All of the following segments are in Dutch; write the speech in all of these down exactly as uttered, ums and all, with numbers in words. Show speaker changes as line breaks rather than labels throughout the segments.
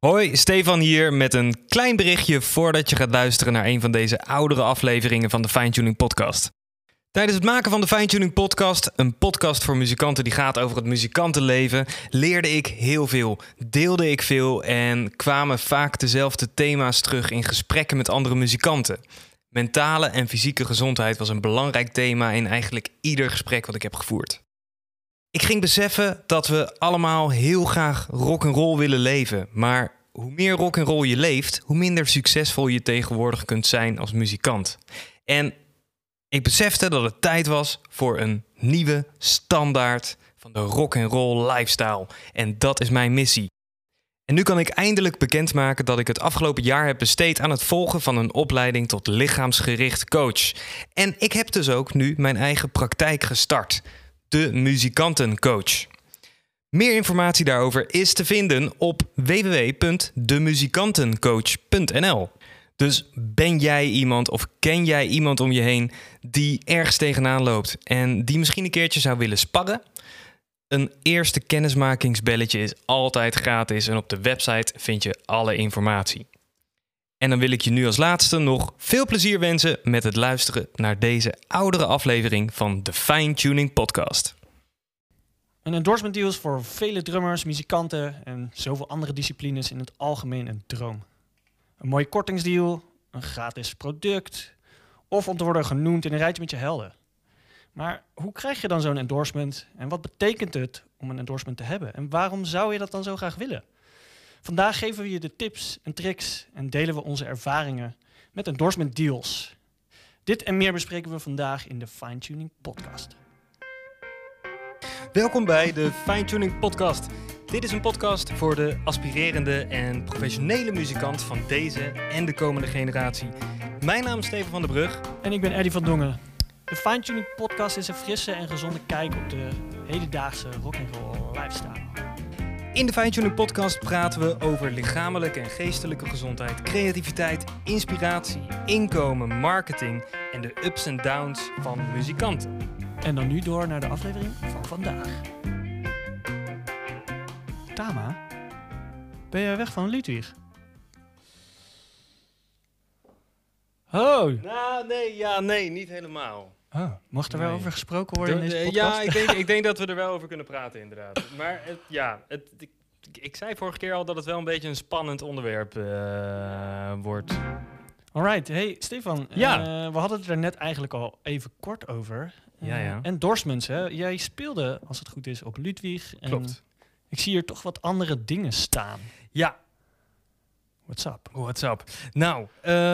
Hoi, Stefan hier met een klein berichtje voordat je gaat luisteren naar een van deze oudere afleveringen van de Fine Tuning Podcast. Tijdens het maken van de Fine Tuning Podcast, een podcast voor muzikanten die gaat over het muzikantenleven, leerde ik heel veel, deelde ik veel en kwamen vaak dezelfde thema's terug in gesprekken met andere muzikanten. Mentale en fysieke gezondheid was een belangrijk thema in eigenlijk ieder gesprek wat ik heb gevoerd. Ik ging beseffen dat we allemaal heel graag rock'n'roll willen leven. Maar hoe meer rock'n'roll je leeft, hoe minder succesvol je tegenwoordig kunt zijn als muzikant. En ik besefte dat het tijd was voor een nieuwe standaard van de rock'n'roll lifestyle. En dat is mijn missie. En nu kan ik eindelijk bekendmaken dat ik het afgelopen jaar heb besteed aan het volgen van een opleiding tot lichaamsgericht coach. En ik heb dus ook nu mijn eigen praktijk gestart. De Muzikantencoach. Meer informatie daarover is te vinden op w w w punt de muzikantencoach punt n l. Dus ben jij iemand of ken jij iemand om je heen die ergens tegenaan loopt en die misschien een keertje zou willen sparren? Een eerste kennismakingsbelletje is altijd gratis en op de website vind je alle informatie. En dan wil ik je nu als laatste nog veel plezier wensen met het luisteren naar deze oudere aflevering van de Fine Tuning Podcast.
Een endorsement deal is voor vele drummers, muzikanten en zoveel andere disciplines in het algemeen een droom. Een mooie kortingsdeal, een gratis product of om te worden genoemd in een rijtje met je helden. Maar hoe krijg je dan zo'n endorsement en wat betekent het om een endorsement te hebben? En waarom zou je dat dan zo graag willen? Vandaag geven we je de tips en tricks en delen we onze ervaringen met endorsement deals. Dit en meer bespreken we vandaag in de Fine Tuning Podcast.
Welkom bij de Fine Tuning Podcast. Dit is een podcast voor de aspirerende en professionele muzikant van deze en de komende generatie. Mijn naam is Steven van der Brug.
En ik ben Eddie van Dongen. De Fine Tuning Podcast is een frisse en gezonde kijk op de hedendaagse rock'n'roll lifestyle.
In de Fine Tuning Podcast praten we over lichamelijke en geestelijke gezondheid, creativiteit, inspiratie, inkomen, marketing en de ups en downs van muzikanten.
En dan nu door naar de aflevering van vandaag. Tama, ben jij weg van Ludwig? Oh.
Nou, nee, ja, nee, niet helemaal.
Oh, mocht er wel
Nee.
over gesproken worden in
De-
deze
de-
podcast?
Ja, ik denk, ik denk dat we er wel over kunnen praten, inderdaad. Maar het, ja, het, ik, ik zei vorige keer al dat het wel een beetje een spannend onderwerp uh, wordt.
Alright, hey Stefan,
Ja.
uh, we hadden het er net eigenlijk al even kort over. Uh,
Ja, ja.
Endorsements, hè? Jij speelde, als het goed is, op Ludwig. En
Klopt.
ik zie hier toch wat andere dingen staan.
Ja,
What's up?
what's up? Nou,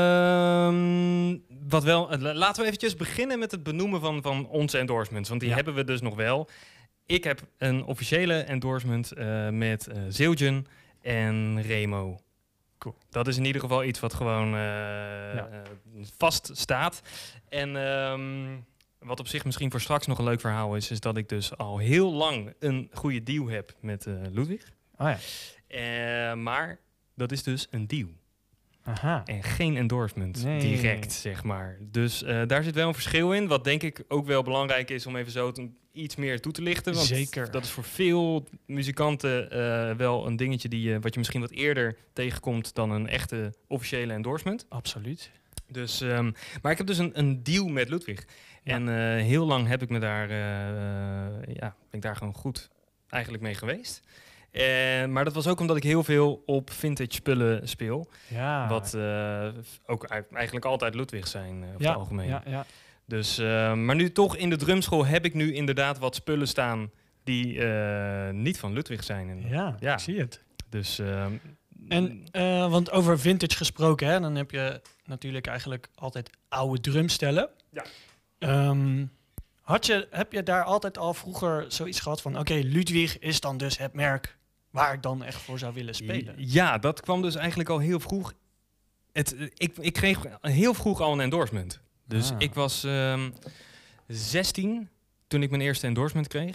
ehm, wat wel, uh, laten we eventjes beginnen met het benoemen van, van onze endorsements. Want die
Ja.
hebben we dus nog wel. Ik heb een officiële endorsement uh, met uh, Zildjian en Remo.
Cool.
Dat is in ieder geval iets wat gewoon uh,
Ja.
uh, vast staat. En um, wat op zich misschien voor straks nog een leuk verhaal is, is dat ik dus al heel lang een goede deal heb met uh, Ludwig.
Oh ja.
Uh, maar dat is dus een deal.
Aha.
En geen endorsement
Nee.
direct, zeg maar. Dus uh, daar zit wel een verschil in. Wat denk ik ook wel belangrijk is om even zo te, iets meer toe te lichten. Want
Zeker.
dat is voor veel muzikanten uh, wel een dingetje die, uh, wat je misschien wat eerder tegenkomt dan een echte officiële endorsement.
Absoluut.
Dus, um, maar ik heb dus een, een deal met Ludwig.
Ja.
En uh, heel lang heb ik me daar, uh, uh, ja, ben ik daar gewoon goed eigenlijk mee geweest. Uh, maar dat was ook omdat ik heel veel op vintage spullen speel.
Ja.
Wat uh, ook eigenlijk altijd Ludwig zijn, uh, over
ja.
het algemeen.
Ja, ja.
Dus, uh, maar nu toch in de drumschool heb ik nu inderdaad wat spullen staan die uh, niet van Ludwig zijn. En,
Ja,
ja.
ik zie het.
Dus, uh,
En, uh, want over vintage gesproken, hè, dan heb je natuurlijk eigenlijk altijd oude drumstellen.
Ja.
Um, had je, heb je daar altijd al vroeger zoiets gehad van, oké, okay, Ludwig is dan dus het merk waar ik dan echt voor zou willen spelen?
Ja, dat kwam dus eigenlijk al heel vroeg. Het, ik, ik kreeg heel vroeg al een endorsement. Dus
ah.
ik was um, zestien toen ik mijn eerste endorsement kreeg.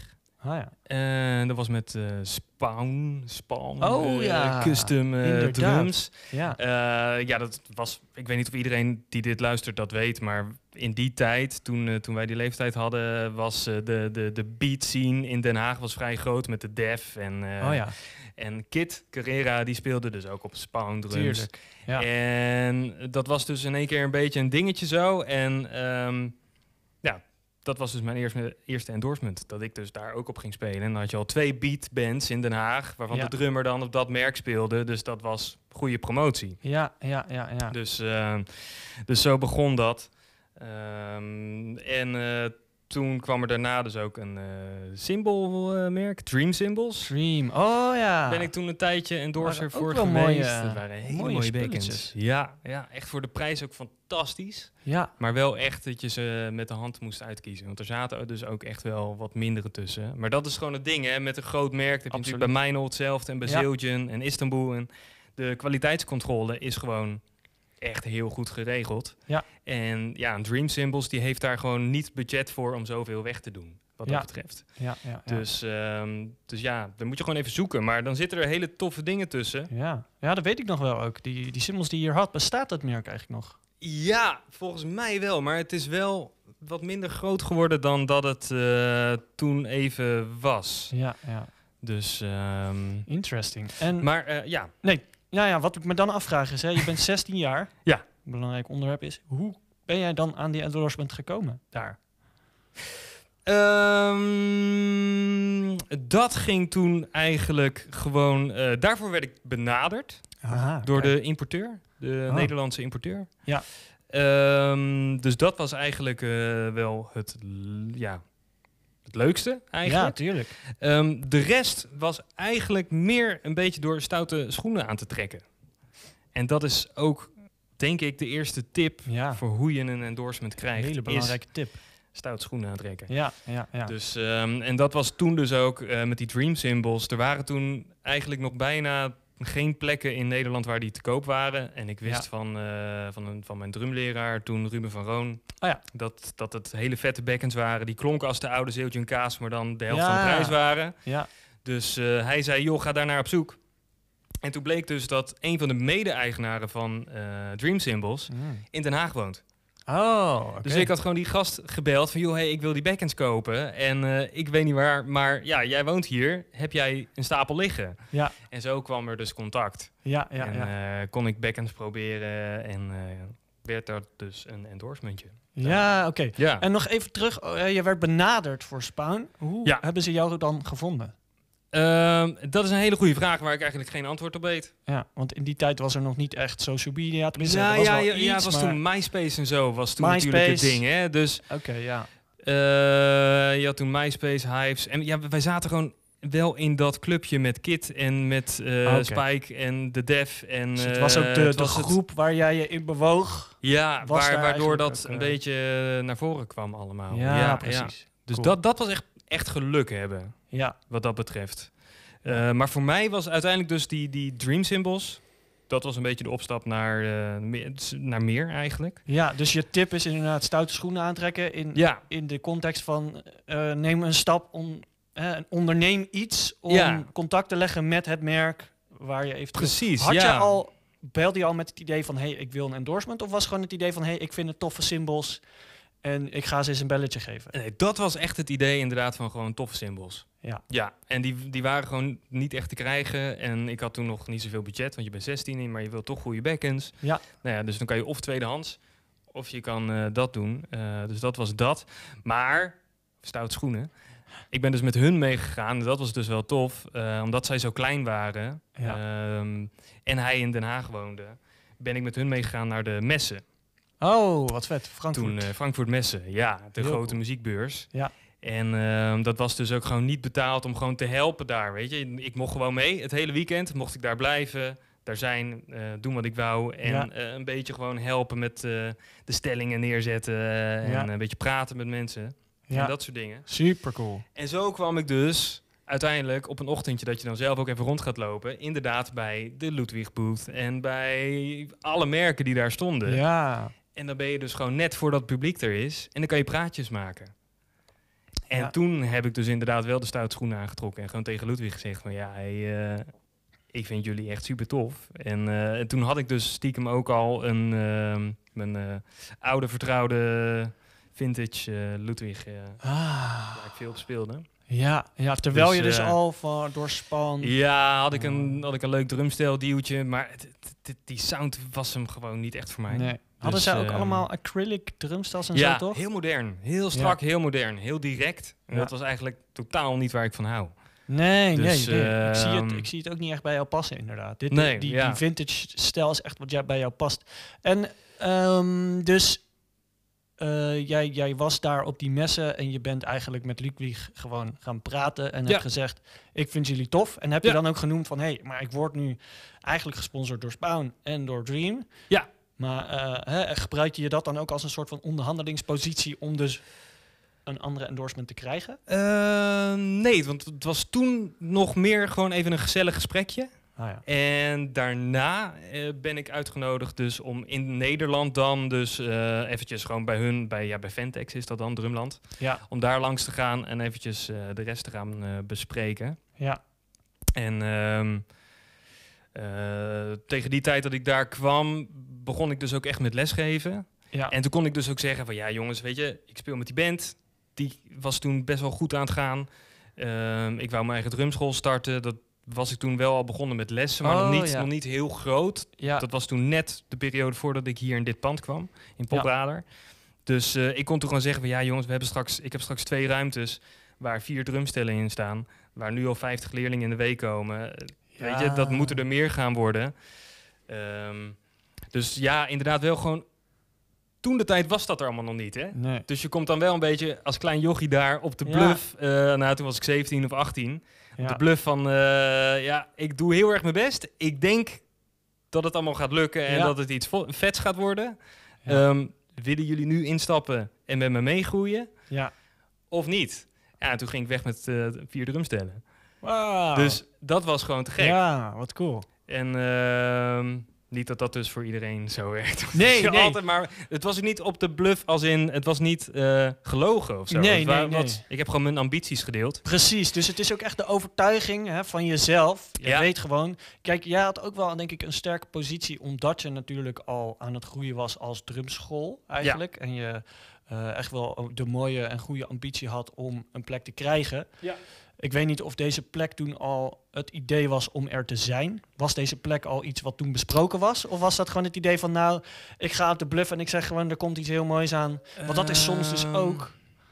Ah, ja.
En dat was met uh, Spawn, Spawn,
Oh,
uh,
ja.
custom uh,
Inderdaad.
drums.
Ja.
Uh, ja, dat was. Ik weet niet of iedereen die dit luistert dat weet, maar in die tijd, toen, uh, toen wij die leeftijd hadden, was uh, de, de, de beat scene in Den Haag was vrij groot met de Def en. Uh,
Oh ja.
En Kid Carrera die speelde dus ook op Spawn drums.
Tuurlijk. Ja.
En dat was dus in één keer een beetje een dingetje zo. En um, ja, dat was dus mijn eerste, eerste endorsement. Dat ik dus daar ook op ging spelen. En dan had je al twee beatbands in Den Haag, waarvan
Ja.
de drummer dan op dat merk speelde. Dus dat was goede promotie.
Ja, ja, ja, ja.
Dus, uh, dus zo begon dat. Um, en uh, toen kwam er daarna dus ook een uh, symbolmerk, uh, Dream Symbols.
Dream, oh ja.
Ben ik toen een tijdje endorser
Waren ook
voor
wel
geweest.
mooie-
dat waren hele
mooie
mooie,
spulletjes.
beacons. Ja, ja, echt voor de prijs ook fantastisch.
Ja,
Maar wel echt dat je ze met de hand moest uitkiezen. Want er zaten dus ook echt wel wat mindere tussen. Maar dat is gewoon het ding, hè. Met een groot merk heb je
Absoluut.
natuurlijk bij Meinhold hetzelfde. En bij
Ja.
Zildjian en Istanbul. En de kwaliteitscontrole is gewoon echt heel goed geregeld.
Ja.
En ja, een Dream Symbols die heeft daar gewoon niet budget voor om zoveel weg te doen. Wat
Ja.
dat betreft.
ja, ja. ja.
Dus, um, dus ja, dan moet je gewoon even zoeken. Maar dan zitten er hele toffe dingen tussen.
Ja. ja, dat weet ik nog wel ook. Die, die symbols die je hier had, bestaat dat merk eigenlijk nog?
Ja, volgens mij wel. Maar het is wel wat minder groot geworden dan dat het uh, toen even was.
Ja, ja.
Dus, um,
Interesting. En,
maar uh, ja.
Nee, ja, ja, wat ik me dan afvraag is, hè, je bent zestien jaar.
Ja.
Een belangrijk onderwerp is, hoe ben jij dan aan die endorsement gekomen daar?
Um, dat ging toen eigenlijk gewoon... Uh, daarvoor werd ik benaderd
Aha,
door
kijk.
de importeur. De
Oh.
Nederlandse importeur.
Ja.
Um, dus dat was eigenlijk uh, wel het, l- ja, het leukste eigenlijk.
Ja, tuurlijk.
Um, de rest was eigenlijk meer een beetje door stoute schoenen aan te trekken. En dat is ook, denk ik, de eerste tip
Ja,
voor hoe je een endorsement
een
krijgt.
hele belangrijke tip.
Is stout schoenen aantrekken.
Ja, ja, ja.
Dus, um, en dat was toen dus ook uh, met die Dream Symbols. Er waren toen eigenlijk nog bijna geen plekken in Nederland waar die te koop waren. En ik wist
Ja.
van, uh, van, een, van mijn drumleraar toen, Ruben van Roon,
Oh ja.
dat, dat het hele vette bekkens waren. Die klonken als de oude Zildjian Kaas, maar dan de helft
Ja.
van de prijs waren.
Ja,
Dus uh, hij zei, joh, ga daar naar op zoek. En toen bleek dus dat een van de mede-eigenaren van uh, Dream Symbols
mm.
in Den Haag woont.
Oh, oké.
Dus ik had gewoon die gast gebeld van, joh, hey, ik wil die backends kopen. En uh, ik weet niet waar, maar ja, jij woont hier. Heb jij een stapel liggen?
Ja,
En zo kwam er dus contact.
ja, ja.
en
ja.
uh, kon ik backends proberen en uh, werd dat dus een endorsementje.
Ja, oké. Okay.
Ja.
En nog even terug, uh, je werd benaderd voor Spawn. Hoe
Ja.
hebben ze jou dan gevonden?
Uh, dat is een hele goede vraag waar ik eigenlijk geen antwoord op weet.
Ja, want in die tijd was er nog niet echt social media. Tenminste,
Nou,
er was
ja,
wel
ja,
iets,
ja, het was
maar...
toen MySpace en zo was toen
MySpace.
natuurlijk het ding, hè? Dus
Oké, okay, ja.
uh, je had toen MySpace, Hives. En ja, wij zaten gewoon wel in dat clubje met Kid en met uh,
Okay.
Spike en de Def. En,
Dus het was ook de,
uh, het
de
was het-
groep waar jij je in bewoog.
Ja,
was
waar,
daar
waardoor
eigenlijk
dat
ook,
een
uh,
beetje naar voren kwam allemaal.
Ja, precies.
Dus
Cool.
dat, dat was echt, echt geluk hebben,
Ja,
wat dat betreft. Uh, maar voor mij was uiteindelijk dus die, die Dream Symbols. Dat was een beetje de opstap naar, uh, meer, naar meer eigenlijk.
ja, dus je tip is inderdaad stoute schoenen aantrekken in,
Ja,
in de context van uh, neem een stap om, uh, onderneem iets om
Ja.
contact te leggen met het merk waar je eventueel...
precies.
Had
ja.
je al, belde je al met het idee van, hey, ik wil een endorsement? Of was gewoon het idee van, hey, ik vind het toffe symbols en ik ga ze eens een belletje geven?
Nee, dat was echt het idee inderdaad van gewoon toffe symbols.
Ja.
Ja, en die, die waren gewoon niet echt te krijgen. En ik had toen nog niet zoveel budget, want je bent zestien, maar je wilt toch goede backends.
Ja.
Nou ja, dus dan kan je of tweedehands, of je kan uh, dat doen. Uh, dus dat was dat. Maar, stout schoenen. Ik ben dus met hun meegegaan. Dat was dus wel tof. Uh, omdat zij zo klein waren.
Ja.
Um, en hij in Den Haag woonde. Ben ik met hun meegegaan naar de messen.
Oh, wat vet. Frankfurt.
Toen uh, Frankfurt Messen, ja. De
Heel
grote
cool.
muziekbeurs.
Ja.
En uh, dat was dus ook gewoon niet betaald om gewoon te helpen daar, weet je. Ik mocht gewoon mee. Het hele weekend mocht ik daar blijven. Daar zijn, uh, doen wat ik wou. En
Ja.
uh, een beetje gewoon helpen met uh, de stellingen neerzetten. Uh,
Ja.
En een beetje praten met mensen.
Ja.
En dat soort dingen.
Super cool.
En zo kwam ik dus uiteindelijk op een ochtendje dat je dan zelf ook even rond gaat lopen. Inderdaad bij de Ludwig Booth en bij alle merken die daar stonden.
Ja.
En dan ben je dus gewoon net voordat het publiek er is. En dan kan je praatjes maken. En
Ja.
toen heb ik dus inderdaad wel de stoute schoenen aangetrokken en gewoon tegen Ludwig gezegd van ja, hey, uh, ik vind jullie echt super tof. En, uh, en toen had ik dus stiekem ook al een uh, mijn uh, oude vertrouwde vintage uh, Ludwig uh,
Ah.
waar ik veel op speelde.
Ja, ja, terwijl
Dus,
je dus
uh,
al van doorspan.
Ja, had ik een, had ik een leuk drumstijl duwtje, maar het, het, het, die sound was hem gewoon niet echt voor mij.
Nee. Hadden
Dus,
zij ook
uh,
allemaal acrylic drumstels en
ja,
zo, toch?
heel modern. Heel strak,
Ja.
heel modern. Heel direct. En
Ja.
dat was eigenlijk totaal niet waar ik van hou.
Nee,
Dus,
nee, nee. Ik, zie het,
ehm,
ik zie het ook niet echt bij jou passen, inderdaad. Dit,
Nee,
die,
ja.
die vintage stijl is echt wat jij, bij jou past. En um, dus uh, jij, jij was daar op die messen en je bent eigenlijk met Ludwig gewoon gaan praten en
Ja.
hebt gezegd, ik vind jullie tof. En heb
Ja.
je dan ook genoemd van, hé, hey, maar ik word nu eigenlijk gesponsord door Spawn en door Dream.
Ja.
Maar uh, hè, gebruik je dat dan ook als een soort van onderhandelingspositie om dus een andere endorsement te krijgen?
Uh, nee, want het was toen nog meer gewoon even een gezellig gesprekje.
Ah, ja.
En daarna uh, ben ik uitgenodigd dus om in Nederland dan dus uh, eventjes gewoon bij hun, bij, ja, bij Ventex is dat dan, Drumland.
Ja.
Om daar langs te gaan en eventjes uh, de rest te gaan uh, bespreken.
Ja.
En um, uh, tegen die tijd dat ik daar kwam, begon ik dus ook echt met lesgeven.
Ja.
En toen kon ik dus ook zeggen van ja jongens, weet je, ik speel met die band. Die was toen best wel goed aan het gaan. Uh, ik wou mijn eigen drumschool starten. Dat was ik toen wel al begonnen met lessen, maar
oh,
nog, niet,
ja.
nog niet heel groot.
Ja.
Dat was toen net de periode voordat ik hier in dit pand kwam, in Popradar. Ja. Dus uh, ik kon toen gewoon zeggen van ja jongens, we hebben straks, ik heb straks twee ruimtes waar vier drumstellen in staan, waar nu al vijftig leerlingen in de week komen. Ja. Weet je, dat moeten er meer gaan worden. Um, dus ja, inderdaad wel gewoon. Toen de tijd was dat er allemaal nog niet, hè?
Nee.
Dus je komt dan wel een beetje als klein jochie daar op de bluff. Ja. Uh, nou, toen was ik zeventien of achttien. Ja. Op de bluff van, uh, ja, ik doe heel erg mijn best. Ik denk dat het allemaal gaat lukken en ja. dat het iets vets gaat worden. Ja. Um, willen jullie nu instappen en met me meegroeien?
Ja.
Of niet? Ja, en toen ging ik weg met uh, vier drumstellen.
Wow.
Dus dat was gewoon te gek.
Ja, wat cool.
En uh, niet dat dat dus voor iedereen zo werkt.
Nee, nee.
Altijd, maar het was ook niet op de bluff als in, het was niet uh, gelogen of zo.
Nee,
het
nee,
was,
nee.
Wat, ik heb gewoon mijn ambities gedeeld.
Precies, dus het is ook echt de overtuiging hè, van jezelf. Je ja. weet gewoon, kijk, jij had ook wel denk ik een sterke positie, omdat je natuurlijk al aan het groeien was als drumschool eigenlijk. Ja. En je uh, echt wel de mooie en goede ambitie had om een plek te krijgen.
Ja.
Ik weet niet of deze plek toen al het idee was om er te zijn. Was deze plek al iets wat toen besproken was? Of was dat gewoon het idee van, nou, ik ga op de bluff en ik zeg gewoon, er komt iets heel moois aan. Want dat is soms dus ook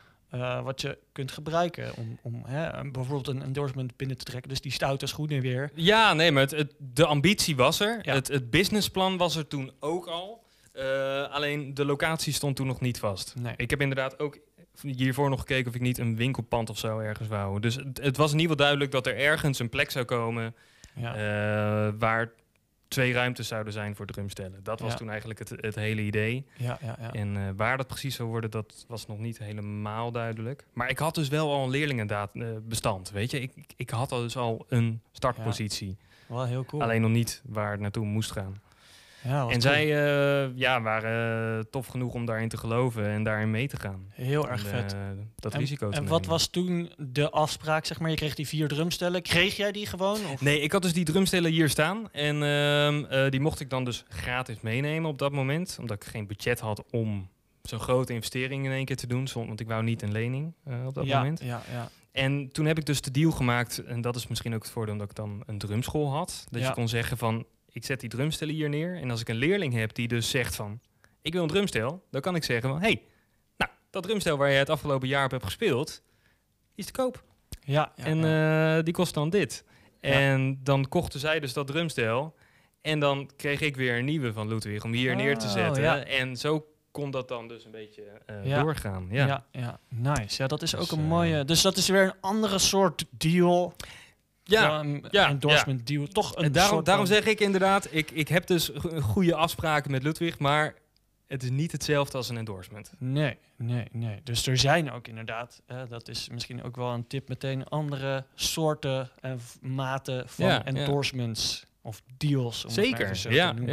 uh, wat je kunt gebruiken om, om hè, bijvoorbeeld een endorsement binnen te trekken. Dus die stoute schoenen weer.
Ja, nee, maar het, het, de ambitie was er.
Ja.
Het, het businessplan was er toen ook al. Uh, alleen de locatie stond toen nog niet vast.
Nee.
Ik heb inderdaad ook hiervoor nog gekeken of ik niet een winkelpand of zo ergens wou. Dus het, het was in ieder geval duidelijk dat er ergens een plek zou komen ja. uh, waar twee ruimtes zouden zijn voor drumstellen. Dat was ja. toen eigenlijk het, het hele idee.
Ja, ja, ja.
En uh, waar dat precies zou worden, dat was nog niet helemaal duidelijk. Maar ik had dus wel al een leerlingenbestand, weet je. Ik, ik had al dus al een startpositie.
Ja. Wel heel cool.
Alleen nog niet waar het naartoe moest gaan.
Ja,
en
cool.
zij uh, ja, waren uh, tof genoeg om daarin te geloven en daarin mee te gaan.
Heel erg
en,
vet.
Uh, dat
en,
risico te
En
nemen.
wat was toen de afspraak, zeg maar? Je kreeg die vier drumstellen. Kreeg jij die gewoon? Of?
Nee, ik had dus die drumstellen hier staan. En uh, uh, die mocht ik dan dus gratis meenemen op dat moment. Omdat ik geen budget had om zo'n grote investering in één keer te doen. Want ik wou niet een lening uh, op dat
ja,
moment.
Ja, ja.
En toen heb ik dus de deal gemaakt. En dat is misschien ook het voordeel dat ik dan een drumschool had. Dat ja. je kon zeggen van, ik zet die drumstellen hier neer. En als ik een leerling heb die dus zegt van, ik wil een drumstel. Dan kan ik zeggen van, hey, nou, dat drumstel waar je het afgelopen jaar op hebt gespeeld, is te koop.
Ja, ja,
en
ja.
Uh, die kost dan dit. Ja. En dan kochten zij dus dat drumstel. En dan kreeg ik weer een nieuwe van Ludwig om hier oh, neer te zetten. Ja. En zo kon dat dan dus een beetje uh, ja. doorgaan. Ja.
Ja, ja, nice. Ja, dat is dus, ook een uh, mooie... Dus dat is weer een andere soort deal.
Ja,
um,
ja,
endorsement
ja.
deal. Toch een
en daarom,
soort
daarom
van...
zeg ik inderdaad, ik, ik heb dus goede afspraken met Ludwig, maar het is niet hetzelfde als een endorsement.
Nee, nee, nee. Dus er zijn ook inderdaad, uh, dat is misschien ook wel een tip meteen, andere soorten en maten van
ja,
endorsements
ja.
of deals. Om
Zeker,
het zo
ja,
te noemen.
ja.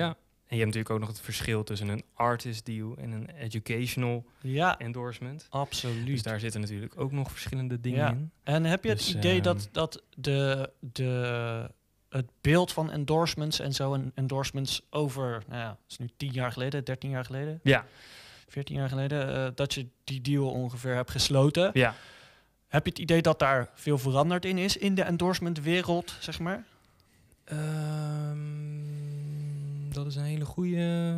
En je hebt natuurlijk ook nog het verschil tussen een artist deal en een educational
Ja,
endorsement.
absoluut.
Dus daar zitten natuurlijk ook nog verschillende dingen
Ja.
in.
En heb je
Dus,
het idee
ehm,
dat, dat de, de, het beeld van endorsements en zo, en endorsements over, nou ja, het is nu tien jaar geleden, dertien jaar geleden,
Ja,
veertien jaar geleden, eh, dat je die deal ongeveer hebt gesloten.
ja.
Heb je het idee dat daar veel veranderd in is, in de endorsement-wereld, zeg maar?
Ehm, dat is een hele goede.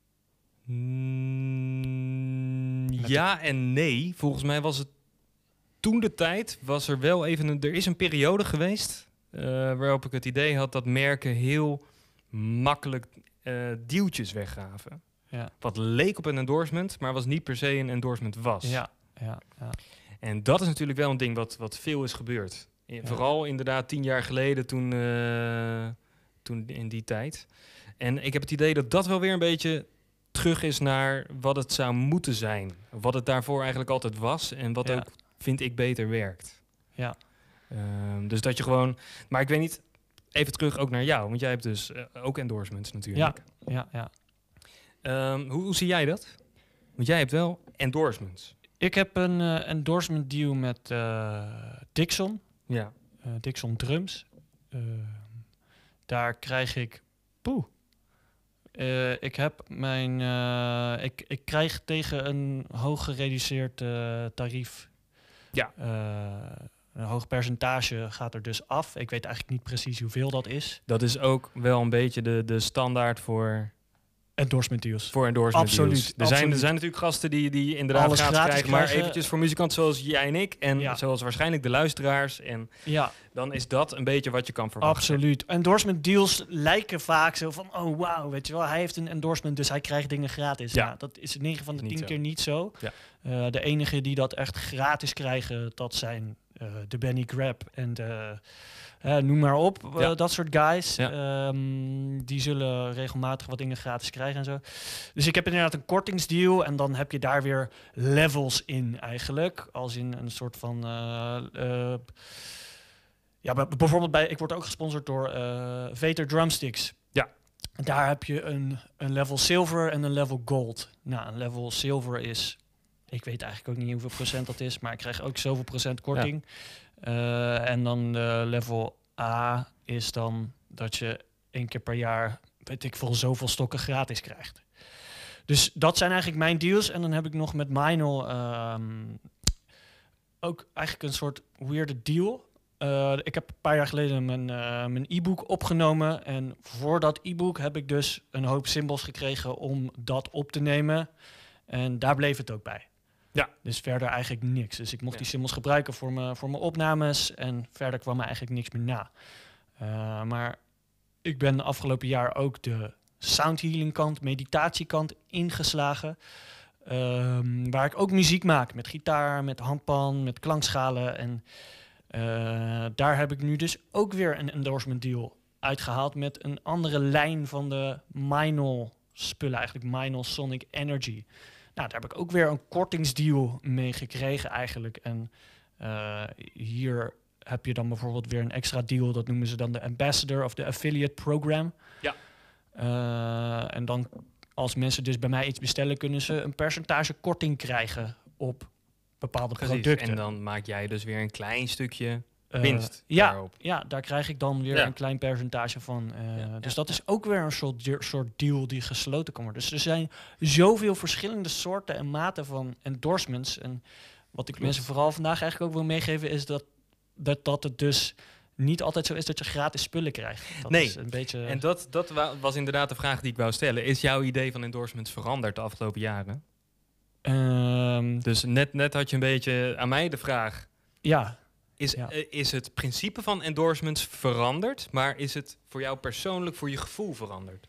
Mm, ja en nee. Volgens mij was het toen de tijd, was er wel even een, er is een periode geweest uh, waarop ik het idee had dat merken heel makkelijk uh, deeltjes weggaven.
Ja.
Wat leek op een endorsement, maar was niet per se een endorsement was.
Ja, ja, ja.
En dat is natuurlijk wel een ding wat, wat veel is gebeurd. In,
Ja.
Vooral inderdaad tien jaar geleden, toen, uh, toen in die tijd. En ik heb het idee dat dat wel weer een beetje terug is naar wat het zou moeten zijn. Wat het daarvoor eigenlijk altijd was en wat
Ja.
ook, vind ik, beter werkt.
Ja.
Um, dus dat je gewoon... Maar ik weet niet, even terug ook naar jou. Want jij hebt dus uh, ook endorsements natuurlijk.
Ja, ja.
Um, hoe, hoe zie jij dat? Want jij hebt wel endorsements.
Ik heb een uh, endorsement deal met uh, Dixon.
Ja.
Uh, Dixon Drums. Uh, daar krijg ik... Poeh. Uh, ik heb mijn... Uh, ik, ik krijg tegen een hoog gereduceerd uh, tarief...
Ja.
Uh, een hoog percentage gaat er dus af. Ik weet eigenlijk niet precies hoeveel dat is.
Dat is ook wel een beetje de, de standaard voor...
Endorsement deals.
Voor endorsement
absoluut,
deals. Er
absoluut.
zijn, er zijn natuurlijk gasten die, die inderdaad
Alles
gratis,
gratis
krijgen. Maar
krijgen.
eventjes voor muzikanten zoals jij en ik. En
Ja.
zoals waarschijnlijk de luisteraars. En
Ja,
dan is dat een beetje wat je kan verwachten.
absoluut. Endorsement deals lijken vaak zo van... oh, wauw, weet je wel, hij heeft een endorsement... dus hij krijgt dingen gratis.
Ja.
Nou, dat is negen van de
Niet
tien
zo.
keer niet zo.
Ja.
Uh, de enige die dat echt gratis krijgen... dat zijn uh, de Benny Grab en de... Uh, noem maar op, uh,
Ja.
dat soort guys.
Ja.
Um, die zullen regelmatig wat dingen gratis krijgen en zo. Dus ik heb inderdaad een kortingsdeal... en dan heb je daar weer levels in eigenlijk. Als in een soort van... Uh, uh, ja, b- bijvoorbeeld bij... Ik word ook gesponsord door uh, Veter Drumsticks.
Ja.
Daar heb je een, een level silver en een level gold. Nou, een level silver is... Ik weet eigenlijk ook niet hoeveel procent dat is... maar ik krijg ook zoveel procent korting... Ja. Uh, en dan de level A is dan dat je één keer per jaar, weet ik veel, zoveel stokken gratis krijgt. Dus dat zijn eigenlijk mijn deals. En dan heb ik nog met Meinl um, ook eigenlijk een soort weirde deal. Uh, ik heb een paar jaar geleden mijn, uh, mijn e-book opgenomen. En voor dat e-book heb ik dus een hoop symbols gekregen om dat op te nemen. En daar bleef het ook bij. Ja, dus verder eigenlijk niks. Dus ik mocht ja. die symbols gebruiken voor mijn voor mijn opnames en verder kwam er eigenlijk niks meer na. Uh, maar ik ben de afgelopen jaar ook de sound healing kant, meditatiekant ingeslagen. Um, waar ik ook muziek maak met gitaar, met handpan, met klankschalen. En uh, daar heb ik nu dus ook weer een endorsement deal uitgehaald met een andere lijn van de Meinl spullen, eigenlijk Meinl Sonic Energy. Nou, daar heb ik ook weer een kortingsdeal mee gekregen eigenlijk. En uh, hier heb je dan bijvoorbeeld weer een extra deal. Dat noemen ze dan de Ambassador of de Affiliate Program.
Ja.
Uh, en dan als mensen dus bij mij iets bestellen... kunnen ze een percentage korting krijgen op bepaalde
Precies.
producten.
En dan maak jij dus weer een klein stukje winst
uh, ja,
daarop.
Ja, daar krijg ik dan weer
ja.
een klein percentage van. Uh,
ja,
dus
ja,
dat
ja.
is ook weer een soort, soort deal die gesloten kan worden. Dus er zijn zoveel verschillende soorten en maten van endorsements. En wat ik
Klopt.
mensen vooral vandaag eigenlijk ook wil meegeven... is dat, dat, dat het dus niet altijd zo is dat je gratis spullen krijgt. Dat
nee,
is een beetje...
en dat, dat wa- was inderdaad de vraag die ik wou stellen. Is jouw idee van endorsements veranderd de afgelopen jaren?
Um,
dus net, net had je een beetje aan mij de vraag...
Ja...
Is,
ja.
uh, is het principe van endorsements veranderd, maar is het voor jou persoonlijk, voor je gevoel veranderd?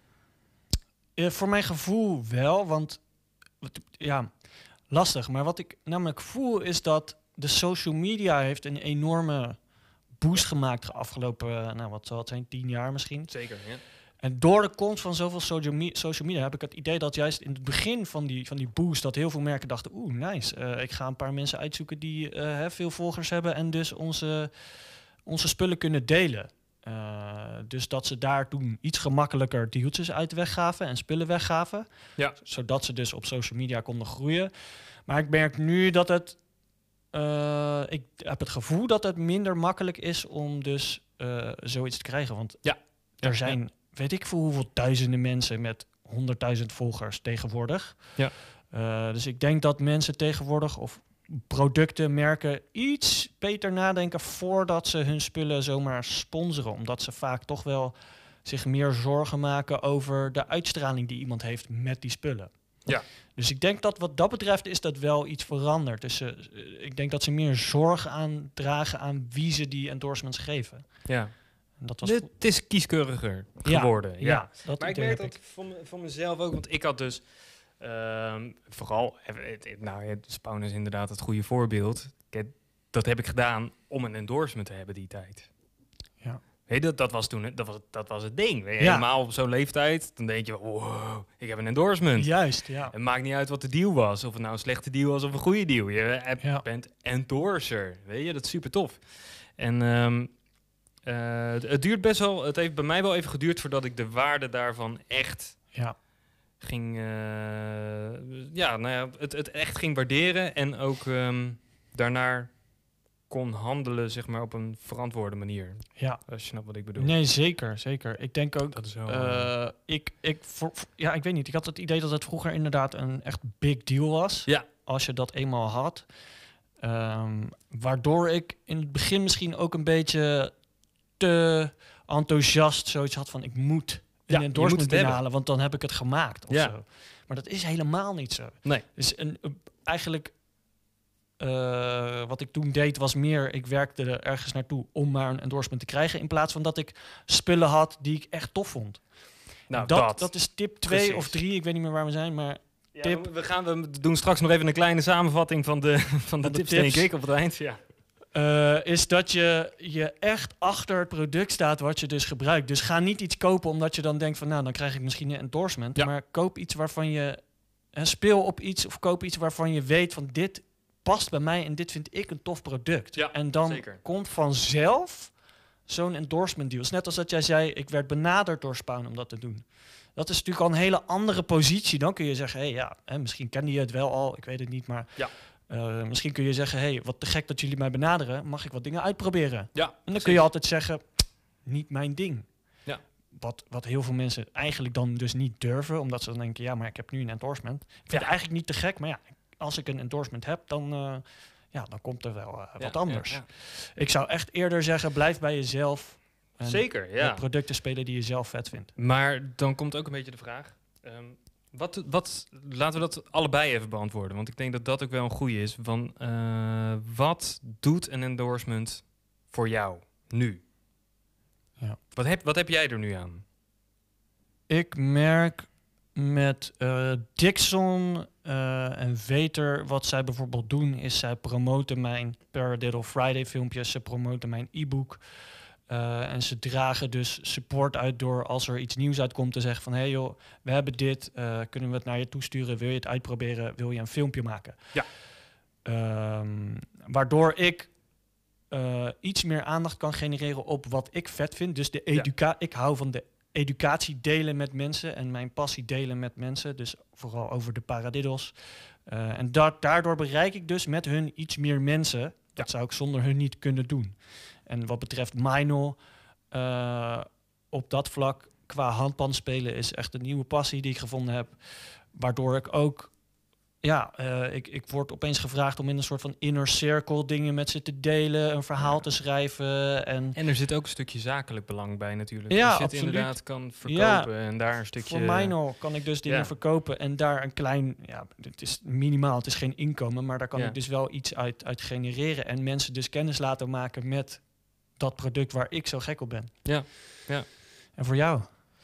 Uh, voor mijn gevoel wel, want ja, lastig. Maar wat ik namelijk voel is dat de social media heeft een enorme boost gemaakt de afgelopen, nou wat zal het zijn, tien jaar misschien.
Zeker, ja.
En door de komst van zoveel social, me- social media heb ik het idee dat juist in het begin van die, van die boost... dat heel veel merken dachten, oeh, nice. Uh, ik ga een paar mensen uitzoeken die uh, hè, veel volgers hebben... en dus onze, onze spullen kunnen delen. Uh, dus dat ze daar toen iets gemakkelijker dealtjes uit de weg gaven en spullen weggaven.
Ja.
Zodat ze dus op social media konden groeien. Maar ik merk nu dat het... Uh, ik heb het gevoel dat het minder makkelijk is om dus uh, zoiets te krijgen. Want
ja.
er
ja,
zijn,
ja.
weet ik veel hoeveel duizenden mensen met honderdduizend volgers tegenwoordig.
Ja.
Uh, dus ik denk dat mensen tegenwoordig of producten, merken iets beter nadenken voordat ze hun spullen zomaar sponsoren. Omdat ze vaak toch wel zich meer zorgen maken over de uitstraling die iemand heeft met die spullen.
Ja.
Dus ik denk dat wat dat betreft is dat wel iets veranderd. Dus uh, ik denk dat ze meer zorg aan dragen aan wie ze die endorsements geven.
Ja.
En dat was
het vo- is kieskeuriger geworden.
Ja,
ja.
ja dat
maar ik merk dat van, van mezelf ook, want ik had dus uh, vooral, nou ja, Spawn is inderdaad het goede voorbeeld. Dat heb ik gedaan om een endorsement te hebben die tijd.
Ja.
Hey, dat, dat was toen dat was, dat was het ding. Ja. Helemaal op zo'n leeftijd, dan denk je, wow, ik heb een endorsement.
Juist, ja.
Het maakt niet uit wat de deal was, of het nou een slechte deal was of een goede deal. Je hebt, ja. bent endorser, weet je, dat is super tof. En um, uh, het, het duurt best wel, het heeft bij mij wel even geduurd voordat ik de waarde daarvan echt
ja.
ging, uh, ja, nou ja, het, het echt ging waarderen en ook um, daarnaar kon handelen, zeg maar, op een verantwoorde manier.
Ja.
Als je snapt wat ik bedoel.
Nee, zeker, zeker. Ik denk ook...
Dat is wel...
Uh, ik, ik, voor, ja, ik weet niet. Ik had het idee dat het vroeger inderdaad een echt big deal was.
Ja.
Als je dat eenmaal had. Um, waardoor ik in het begin misschien ook een beetje te enthousiast zoiets had van, ik moet een
ja,
endorsement inhalen, want dan heb ik het gemaakt. Of
ja.
zo. Maar dat is helemaal niet zo.
Nee.
Dus een, een, eigenlijk... Uh, wat ik toen deed was meer, ik werkte er ergens naartoe om maar een endorsement te krijgen, in plaats van dat ik spullen had die ik echt tof vond.
Nou,
dat,
dat.
dat is tip twee of drie, ik weet niet meer waar we zijn, maar
ja,
tip...
We, gaan, we doen straks nog even een kleine samenvatting van de, van de, van de tips, tips, denk ik, op het eind. Ja.
Uh, is dat je, je echt achter het product staat wat je dus gebruikt. Dus ga niet iets kopen omdat je dan denkt van, nou, dan krijg ik misschien een endorsement. Ja. Maar koop iets waarvan je, uh, speel op iets of koop iets waarvan je weet van, dit past bij mij en dit vind ik een tof product.
Ja,
en dan
zeker.
komt vanzelf zo'n endorsement deal. Net als dat jij zei, ik werd benaderd door Spawn om dat te doen. Dat is natuurlijk al een hele andere positie. Dan kun je zeggen, hey, ja, hè, misschien kende je het wel al, ik weet het niet, maar
ja.
uh, misschien kun je zeggen, hey, wat te gek dat jullie mij benaderen, mag ik wat dingen uitproberen?
Ja,
en dan
precies.
kun je altijd zeggen, niet mijn ding.
Ja.
Wat, wat heel veel mensen eigenlijk dan dus niet durven, omdat ze dan denken, ja, maar ik heb nu een endorsement. Ik vind ja. het eigenlijk niet te gek, maar ja, als ik een endorsement heb, dan, uh, ja, dan komt er wel uh, wat
ja,
anders.
Ja, ja.
Ik zou echt eerder zeggen, blijf bij jezelf. En
zeker, ja.
met producten spelen die je zelf vet vindt.
Maar dan komt ook een beetje de vraag, um, wat, wat, laten we dat allebei even beantwoorden. Want ik denk dat dat ook wel een goede is. Van, uh, wat doet een endorsement voor jou nu?
Ja.
Wat, heb, wat heb jij er nu aan?
Ik merk met uh, Dixon uh, en Veter, wat zij bijvoorbeeld doen, is zij promoten mijn Paradiddle Friday filmpjes, ze promoten mijn e-book. Uh, en ze dragen dus support uit door als er iets nieuws uitkomt te zeggen van, hé hey joh, we hebben dit, uh, kunnen we het naar je toesturen, wil je het uitproberen, wil je een filmpje maken?
Ja.
Um, waardoor ik uh, iets meer aandacht kan genereren op wat ik vet vind. Dus de educa- ja. ik hou van de educatie delen met mensen en mijn passie delen met mensen. Dus vooral over de paradiddles. Uh, en da- daardoor bereik ik dus met hun iets meer mensen. Dat ja. zou ik zonder hun niet kunnen doen. En wat betreft Minor, uh, op dat vlak qua handpan spelen is echt een nieuwe passie die ik gevonden heb. Waardoor ik ook, ja, uh, ik, ik word opeens gevraagd om in een soort van inner circle dingen met ze te delen, een verhaal ja. te schrijven. En,
en er zit ook een stukje zakelijk belang bij natuurlijk.
Ja,
Als je het
absoluut.
inderdaad kan verkopen ja, en daar een stukje...
Voor Minor kan ik dus dingen ja. verkopen en daar een klein, ja, het is minimaal, het is geen inkomen, maar daar kan ja. ik dus wel iets uit, uit genereren. En mensen dus kennis laten maken met dat product waar ik zo gek op ben.
Ja, ja.
En voor jou?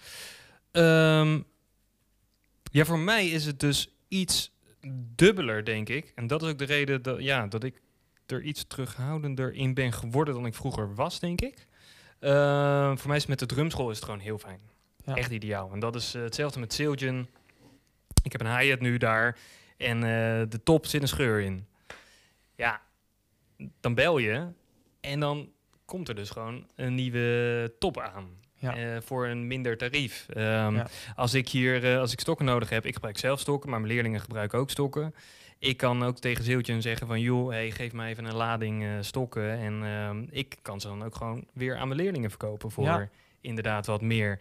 Um, ja, voor mij is het dus iets dubbeler, denk ik. En dat is ook de reden dat, ja, dat ik er iets terughoudender in ben geworden dan ik vroeger was, denk ik. Uh, voor mij is met de drumschool is het gewoon heel fijn. Ja. Echt ideaal. En dat is uh, hetzelfde met Zildjian. Ik heb een hi-hat nu daar. En uh, de top zit een scheur in. Ja, dan bel je. En dan komt er dus gewoon een nieuwe top aan.
Ja.
Uh, voor een minder tarief. Um,
Ja.
Als ik hier, uh, als ik stokken nodig heb, ik gebruik zelf stokken, maar mijn leerlingen gebruiken ook stokken. Ik kan ook tegen Zeeltje zeggen van, joh, hey, geef mij even een lading uh, stokken. En uh, ik kan ze dan ook gewoon weer aan mijn leerlingen verkopen voor
Ja.
inderdaad wat meer.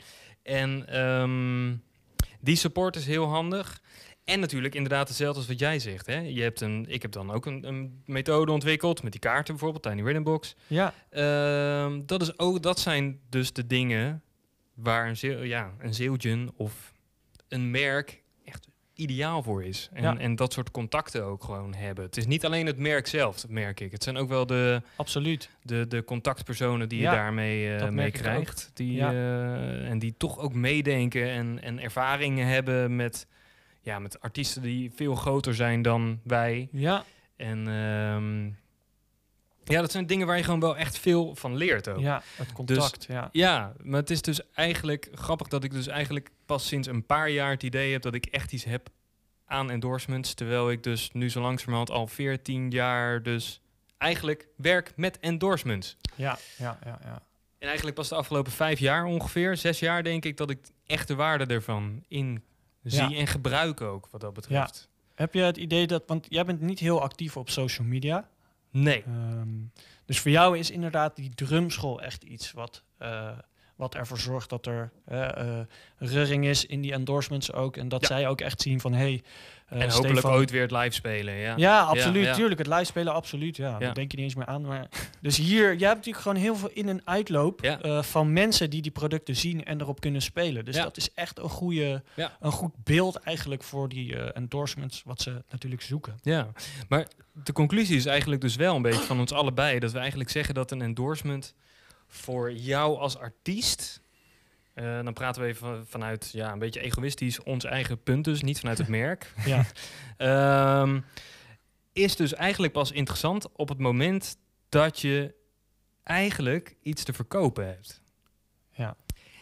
En um, die support is heel handig. En natuurlijk inderdaad hetzelfde als wat jij zegt. Hè? Je hebt een, ik heb dan ook een, een methode ontwikkeld met die kaarten bijvoorbeeld, Tiny Rhythm Box.
Ja.
Uh, dat, is ook, dat zijn dus de dingen waar een, zeel, ja, een Zeeltje of een merk echt ideaal voor is. En,
Ja.
en dat soort contacten ook gewoon hebben. Het is niet alleen het merk zelf, dat merk ik. Het zijn ook wel de,
Absoluut.
de, de contactpersonen die
Ja,
je daarmee uh,
dat
mee
merk ik
krijgt. Die,
Ja.
uh, en die toch ook meedenken en, en ervaringen hebben met, ja, met artiesten die veel groter zijn dan wij.
Ja.
En um, ja, dat zijn dingen waar je gewoon wel echt veel van leert ook.
Ja, het contact.
Dus,
ja.
ja, maar het is dus eigenlijk grappig dat ik dus eigenlijk pas sinds een paar jaar het idee heb dat ik echt iets heb aan endorsements. Terwijl ik dus nu zo langzamerhand al veertien jaar dus eigenlijk werk met endorsements.
Ja, ja, ja, ja.
En eigenlijk pas de afgelopen vijf jaar ongeveer, zes jaar denk ik, dat ik echt de waarde ervan in zie
Ja.
en gebruik ook wat dat betreft.
Ja. Heb je het idee dat, want jij bent niet heel actief op social media.
Nee.
Um, dus voor jou is inderdaad die drumschool echt iets wat, uh, wat ervoor zorgt dat er uh, uh, reuring is in die endorsements ook. En dat
Ja.
zij ook echt zien van, hey, uh,
En hopelijk
Stefan,
ooit weer het live spelen. Ja,
Ja, absoluut.
Ja, ja.
Tuurlijk, het live spelen, absoluut. Ja,
Ja.
daar denk je niet eens meer aan. Maar dus hier, jij hebt natuurlijk gewoon heel veel in- en uitloop
Ja.
uh, van mensen die die producten zien en erop kunnen spelen. Dus
Ja.
dat is echt een, goede,
Ja.
een goed beeld eigenlijk voor die uh, endorsements wat ze natuurlijk zoeken.
Ja, maar de conclusie is eigenlijk dus wel een beetje van ons allebei dat we eigenlijk zeggen dat een endorsement voor jou als artiest, uh, dan praten we even vanuit, ja, een beetje egoïstisch, ons eigen punt dus, niet vanuit het merk.
Ja.
um, is dus eigenlijk pas interessant op het moment dat je eigenlijk iets te verkopen hebt.
Ja.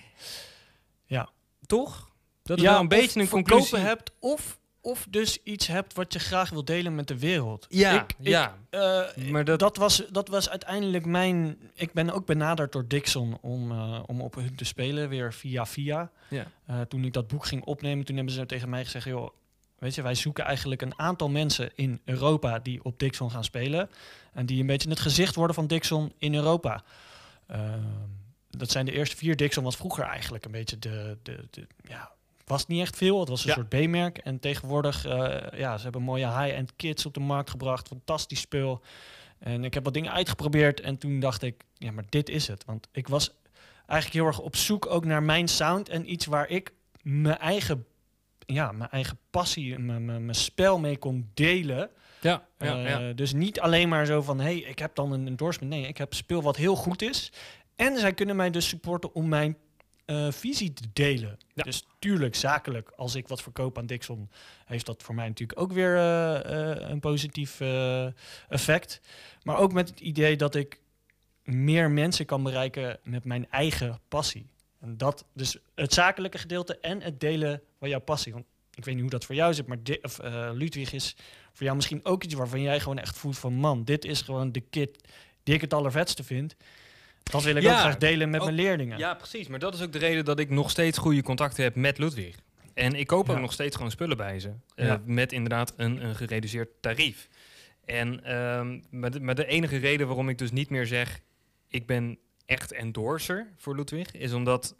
Ja.
Toch? Dat is
ja,
wel een beetje een conclusie.
verkopen hebt of, of dus iets hebt wat je graag wil delen met de wereld.
Ja,
ik, ik,
ja.
Uh,
maar dat...
dat, was, dat was uiteindelijk mijn... Ik ben ook benaderd door Dixon om, uh, om op hun te spelen, weer via via.
Ja.
Uh, toen ik dat boek ging opnemen, toen hebben ze tegen mij gezegd, joh, weet je, wij zoeken eigenlijk een aantal mensen in Europa die op Dixon gaan spelen. En die een beetje het gezicht worden van Dixon in Europa. Uh, dat zijn de eerste vier. Dixon was vroeger eigenlijk een beetje de... de, de ja, was niet echt veel. Het was een
ja.
soort B-merk. En tegenwoordig, uh, ja, ze hebben mooie high-end kits op de markt gebracht. Fantastisch spul. En ik heb wat dingen uitgeprobeerd. En toen dacht ik, ja, maar dit is het. Want ik was eigenlijk heel erg op zoek ook naar mijn sound. En iets waar ik mijn eigen, ja, mijn eigen passie, mijn, mijn, mijn spel mee kon delen.
Ja, ja,
uh,
ja.
Dus niet alleen maar zo van, hey, ik heb dan een endorsement. Nee, ik heb speel wat heel goed is. En zij kunnen mij dus supporten om mijn Uh, visie te delen. Ja. Dus tuurlijk, zakelijk, als ik wat verkoop aan Dixon, heeft dat voor mij natuurlijk ook weer uh, uh, een positief uh, effect. Maar ook met het idee dat ik meer mensen kan bereiken met mijn eigen passie. En dat, dus het zakelijke gedeelte en het delen van jouw passie. Want ik weet niet hoe dat voor jou zit, maar di- of, uh, Ludwig is voor jou misschien ook iets waarvan jij gewoon echt voelt van, man, dit is gewoon de kid die ik het allervetste vind. Dat wil ik
ja,
ook graag delen met
ook,
mijn leerlingen.
Ja, precies. Maar dat is ook de reden dat ik nog steeds goede contacten heb met Ludwig. En ik koop ja. ook nog steeds gewoon spullen bij ze. Uh, ja. Met inderdaad een, een gereduceerd tarief. En um, maar, de, maar de enige reden waarom ik dus niet meer zeg, ik ben echt endorser voor Ludwig, is omdat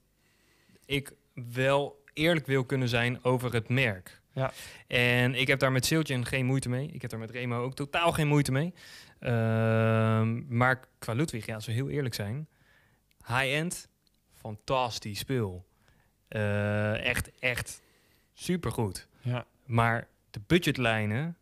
ik wel eerlijk wil kunnen zijn over het merk.
Ja.
En ik heb daar met Zeeltje geen moeite mee. Ik heb daar met Remo ook totaal geen moeite mee. Uh, maar qua Ludwig, ja, als we heel eerlijk zijn, high-end, fantastisch spul. Uh, echt, echt supergoed.
Ja.
Maar de budgetlijnen,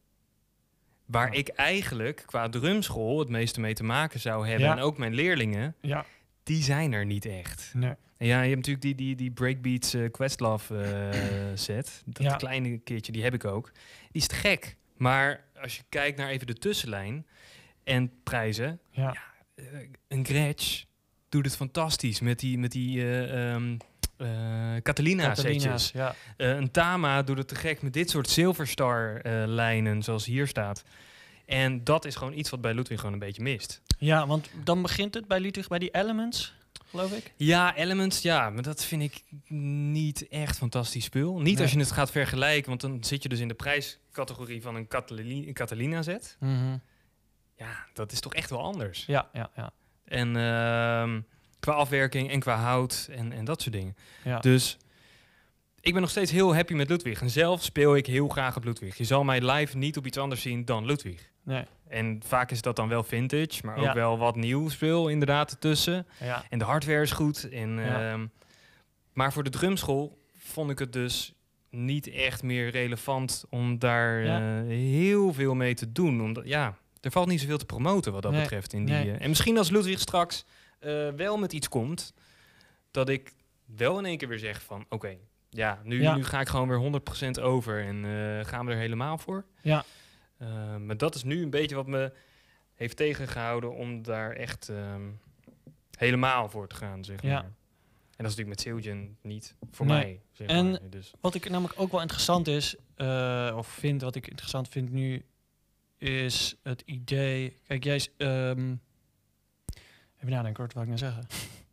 waar
ja.
ik eigenlijk qua drumschool het meeste mee te maken zou hebben,
ja.
en ook mijn leerlingen,
ja.
die zijn er niet echt.
Nee.
En ja, je hebt natuurlijk die, die, die Breakbeats uh, Questlove uh, set. Dat
ja.
kleine keertje, die heb ik ook. Die is te gek. Maar als je kijkt naar even de tussenlijn en prijzen.
Ja.
Ja, uh, een Gretsch doet het fantastisch met die, met die uh, um, uh, Catalina setjes.
Ja.
Uh, een Tama doet het te gek met dit soort Silverstar uh, lijnen, zoals hier staat. En dat is gewoon iets wat bij Ludwig gewoon een beetje mist.
Ja, want dan begint het bij Ludwig bij die Elements, geloof ik.
Ja, Elements, ja, maar dat vind ik niet echt fantastisch spul. Niet
Nee.
als je het gaat vergelijken, want dan zit je dus in de prijscategorie van een Catalina, een Catalina set.
Mm-hmm.
Ja, dat is toch echt wel anders.
Ja, ja, ja.
En ehm, qua afwerking en qua hout en, en dat soort dingen.
ja.
Dus ik ben nog steeds heel happy met Ludwig. En zelf speel ik heel graag op Ludwig. Je zal mij live niet op iets anders zien dan Ludwig.
Nee.
En vaak is dat dan wel vintage, maar ook
Ja.
wel wat nieuw speel inderdaad ertussen.
Ja.
En de hardware is goed. En,
Ja.
ehm, maar voor de drumschool vond ik het dus niet echt meer relevant om daar
Ja.
eh, heel veel mee te doen. Omdat, ja, er valt niet zoveel te promoten wat dat
Nee.
betreft. In die,
Nee.
eh, en misschien als Ludwig straks eh, wel met iets komt, dat ik wel in één keer weer zeg van, oké, ja, nu,
Ja.
nu ga ik gewoon weer honderd procent over en eh, gaan we er helemaal voor.
Ja.
Uh, maar dat is nu een beetje wat me heeft tegengehouden om daar echt um, helemaal voor te gaan, zeg maar.
Ja.
En dat is natuurlijk met Zildjian niet voor
Nee.
mij. Zeg
En
maar. Dus.
wat ik namelijk ook wel interessant is, uh, of vind, wat ik interessant vind nu, is het idee... Kijk, jij is... Um, even nadenken, wat wou ik nou zeggen?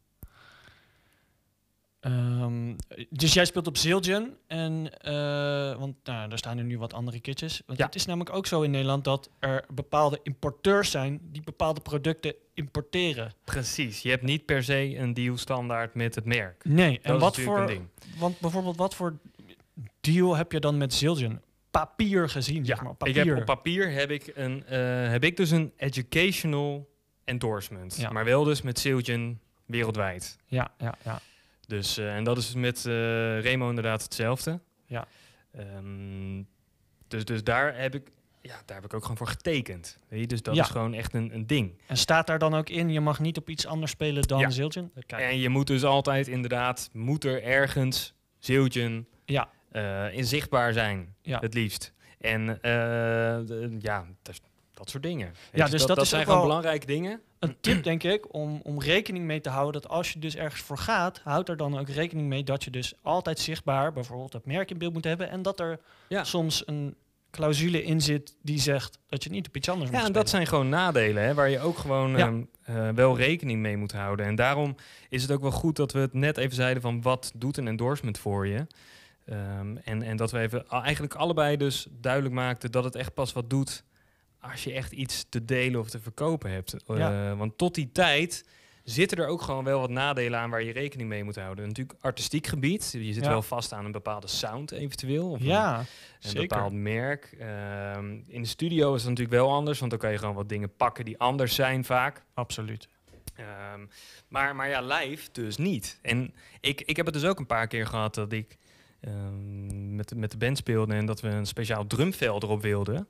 Um, dus jij speelt op Zildjian en uh, want nou, daar staan er nu wat andere kitjes. Want
ja.
Het is namelijk ook zo in Nederland dat er bepaalde importeurs zijn die bepaalde producten importeren.
Precies, je hebt niet per se een deal standaard met het merk.
Nee,
dat
en
is
wat
voor?
Een ding. Want bijvoorbeeld wat voor deal heb je dan met Zildjian? Papier gezien,
ja,
zeg maar. Papier.
Ik heb op papier heb ik een uh, heb ik dus een educational endorsement,
ja.
maar wel dus met Zildjian wereldwijd.
Ja, ja, ja.
Dus, uh, en dat is met uh, Remo inderdaad hetzelfde.
Ja.
Um, dus, dus daar heb ik, ja, daar heb ik ook gewoon voor getekend. Weet je? Dus dat
ja.
is gewoon echt een, een ding.
En staat daar dan ook in, je mag niet op iets anders spelen dan ja. Zildjian?
Kijk. En je moet dus altijd inderdaad, moet er ergens Zildjian
ja.
uh, in zichtbaar zijn,
ja.
het liefst. En uh, de, ja, dat, dat soort dingen.
Ja,
dus
dus
dat,
dat,
dat
is
zijn
ook
gewoon
wel
belangrijke dingen.
Een tip, denk ik, om, om rekening mee te houden dat als je dus ergens voor gaat, houd er dan ook rekening mee dat je dus altijd zichtbaar bijvoorbeeld het merk in beeld moet hebben en dat er ja. soms een clausule in zit die zegt dat je niet op iets anders
ja,
moet
en
spelen.
Dat zijn gewoon nadelen, hè, waar je ook gewoon ja. um, uh, wel rekening mee moet houden. En daarom is het ook wel goed dat we het net even zeiden van wat doet een endorsement voor je. Um, en, en dat we even eigenlijk allebei dus duidelijk maakten dat het echt pas wat doet als je echt iets te delen of te verkopen hebt. Ja. Uh, want tot die tijd zitten er ook gewoon wel wat nadelen aan waar je rekening mee moet houden. Natuurlijk artistiek gebied. Je zit ja. wel vast aan een bepaalde sound eventueel. Of
ja,
een, een
zeker.
bepaald merk. Uh, in de studio is het natuurlijk wel anders, want dan kan je gewoon wat dingen pakken die anders zijn vaak.
Absoluut.
Um, maar, maar ja, live dus niet. En ik, ik heb het dus ook een paar keer gehad dat ik um, met, met de band speelde en dat we een speciaal drumvel erop wilden.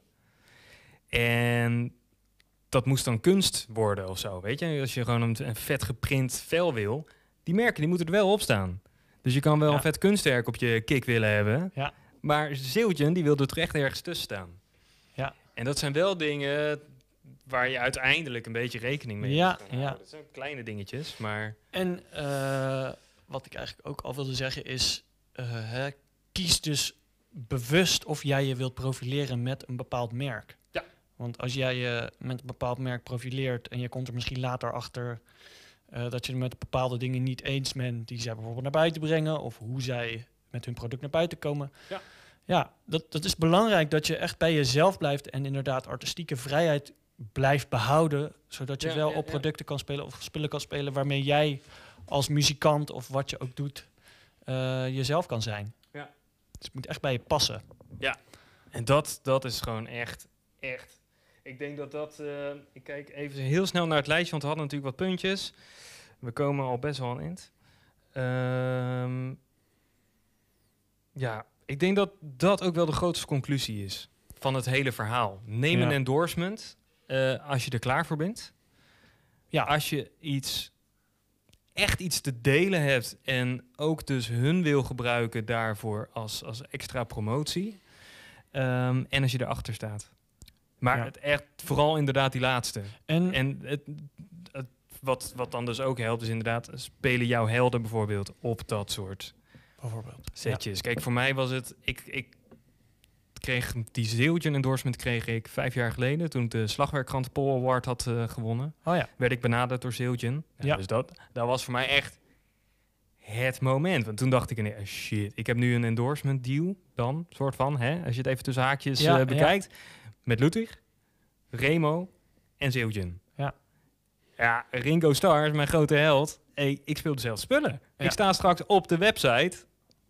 En dat moest dan kunst worden of zo, weet je? Als je gewoon een, een vet geprint vel wil, die merken die moeten er wel op staan. Dus je kan wel ja. een vet kunstwerk op je kick willen hebben,
ja.
maar Zildjian die wil er toch echt ergens tussen staan.
Ja.
En dat zijn wel dingen waar je uiteindelijk een beetje rekening mee
ja,
moet gaan houden.
Ja.
Dat zijn kleine dingetjes, maar...
En uh, wat ik eigenlijk ook al wilde zeggen is, uh, hè, kies dus bewust of jij je wilt profileren met een bepaald merk.
Ja.
Want als jij je met een bepaald merk profileert en je komt er misschien later achter uh, dat je met bepaalde dingen niet eens bent die zij bijvoorbeeld naar buiten brengen of hoe zij met hun product naar buiten komen.
Ja,
ja dat, dat is belangrijk dat je echt bij jezelf blijft en inderdaad artistieke vrijheid blijft behouden, zodat je ja, wel ja, op producten ja. kan spelen of spullen kan spelen waarmee jij als muzikant of wat je ook doet uh, jezelf kan zijn.
Ja.
Dus het moet echt bij je passen.
Ja, en dat, dat is gewoon echt, echt... Ik denk dat dat... Uh, ik kijk even heel snel naar het lijstje, want we hadden natuurlijk wat puntjes. We komen al best wel aan eind. Um, ja, ik denk dat dat ook wel de grootste conclusie is van het hele verhaal. Neem ja. een endorsement uh, als je er klaar voor bent. Ja, als je iets... echt iets te delen hebt en ook dus hun wil gebruiken daarvoor als, als extra promotie. Um, en als je erachter staat. Maar ja. het echt vooral inderdaad die laatste. En, en het, het, wat, wat dan dus ook helpt is inderdaad spelen jouw helden bijvoorbeeld op dat soort
bijvoorbeeld
setjes. Ja. Kijk, voor mij was het... Ik, ik kreeg die Zeeltje endorsement kreeg ik vijf jaar geleden, toen ik de Slagwerkkrant Pol Award had uh, gewonnen.
Oh ja.
Werd ik benaderd door Zeeltje. Ja,
Ja.
Dus dat, dat was voor mij echt het moment. Want toen dacht ik, nee, shit, ik heb nu een endorsement deal dan, soort van, hè, als je het even tussen haakjes
Ja,
uh, bekijkt,
ja.
met Ludwig, Remo en Zeeltje.
Ja.
Ja, Ringo Starr is mijn grote held. Hey, ik speel dezelfde spullen.
Ja.
Ik sta straks op de website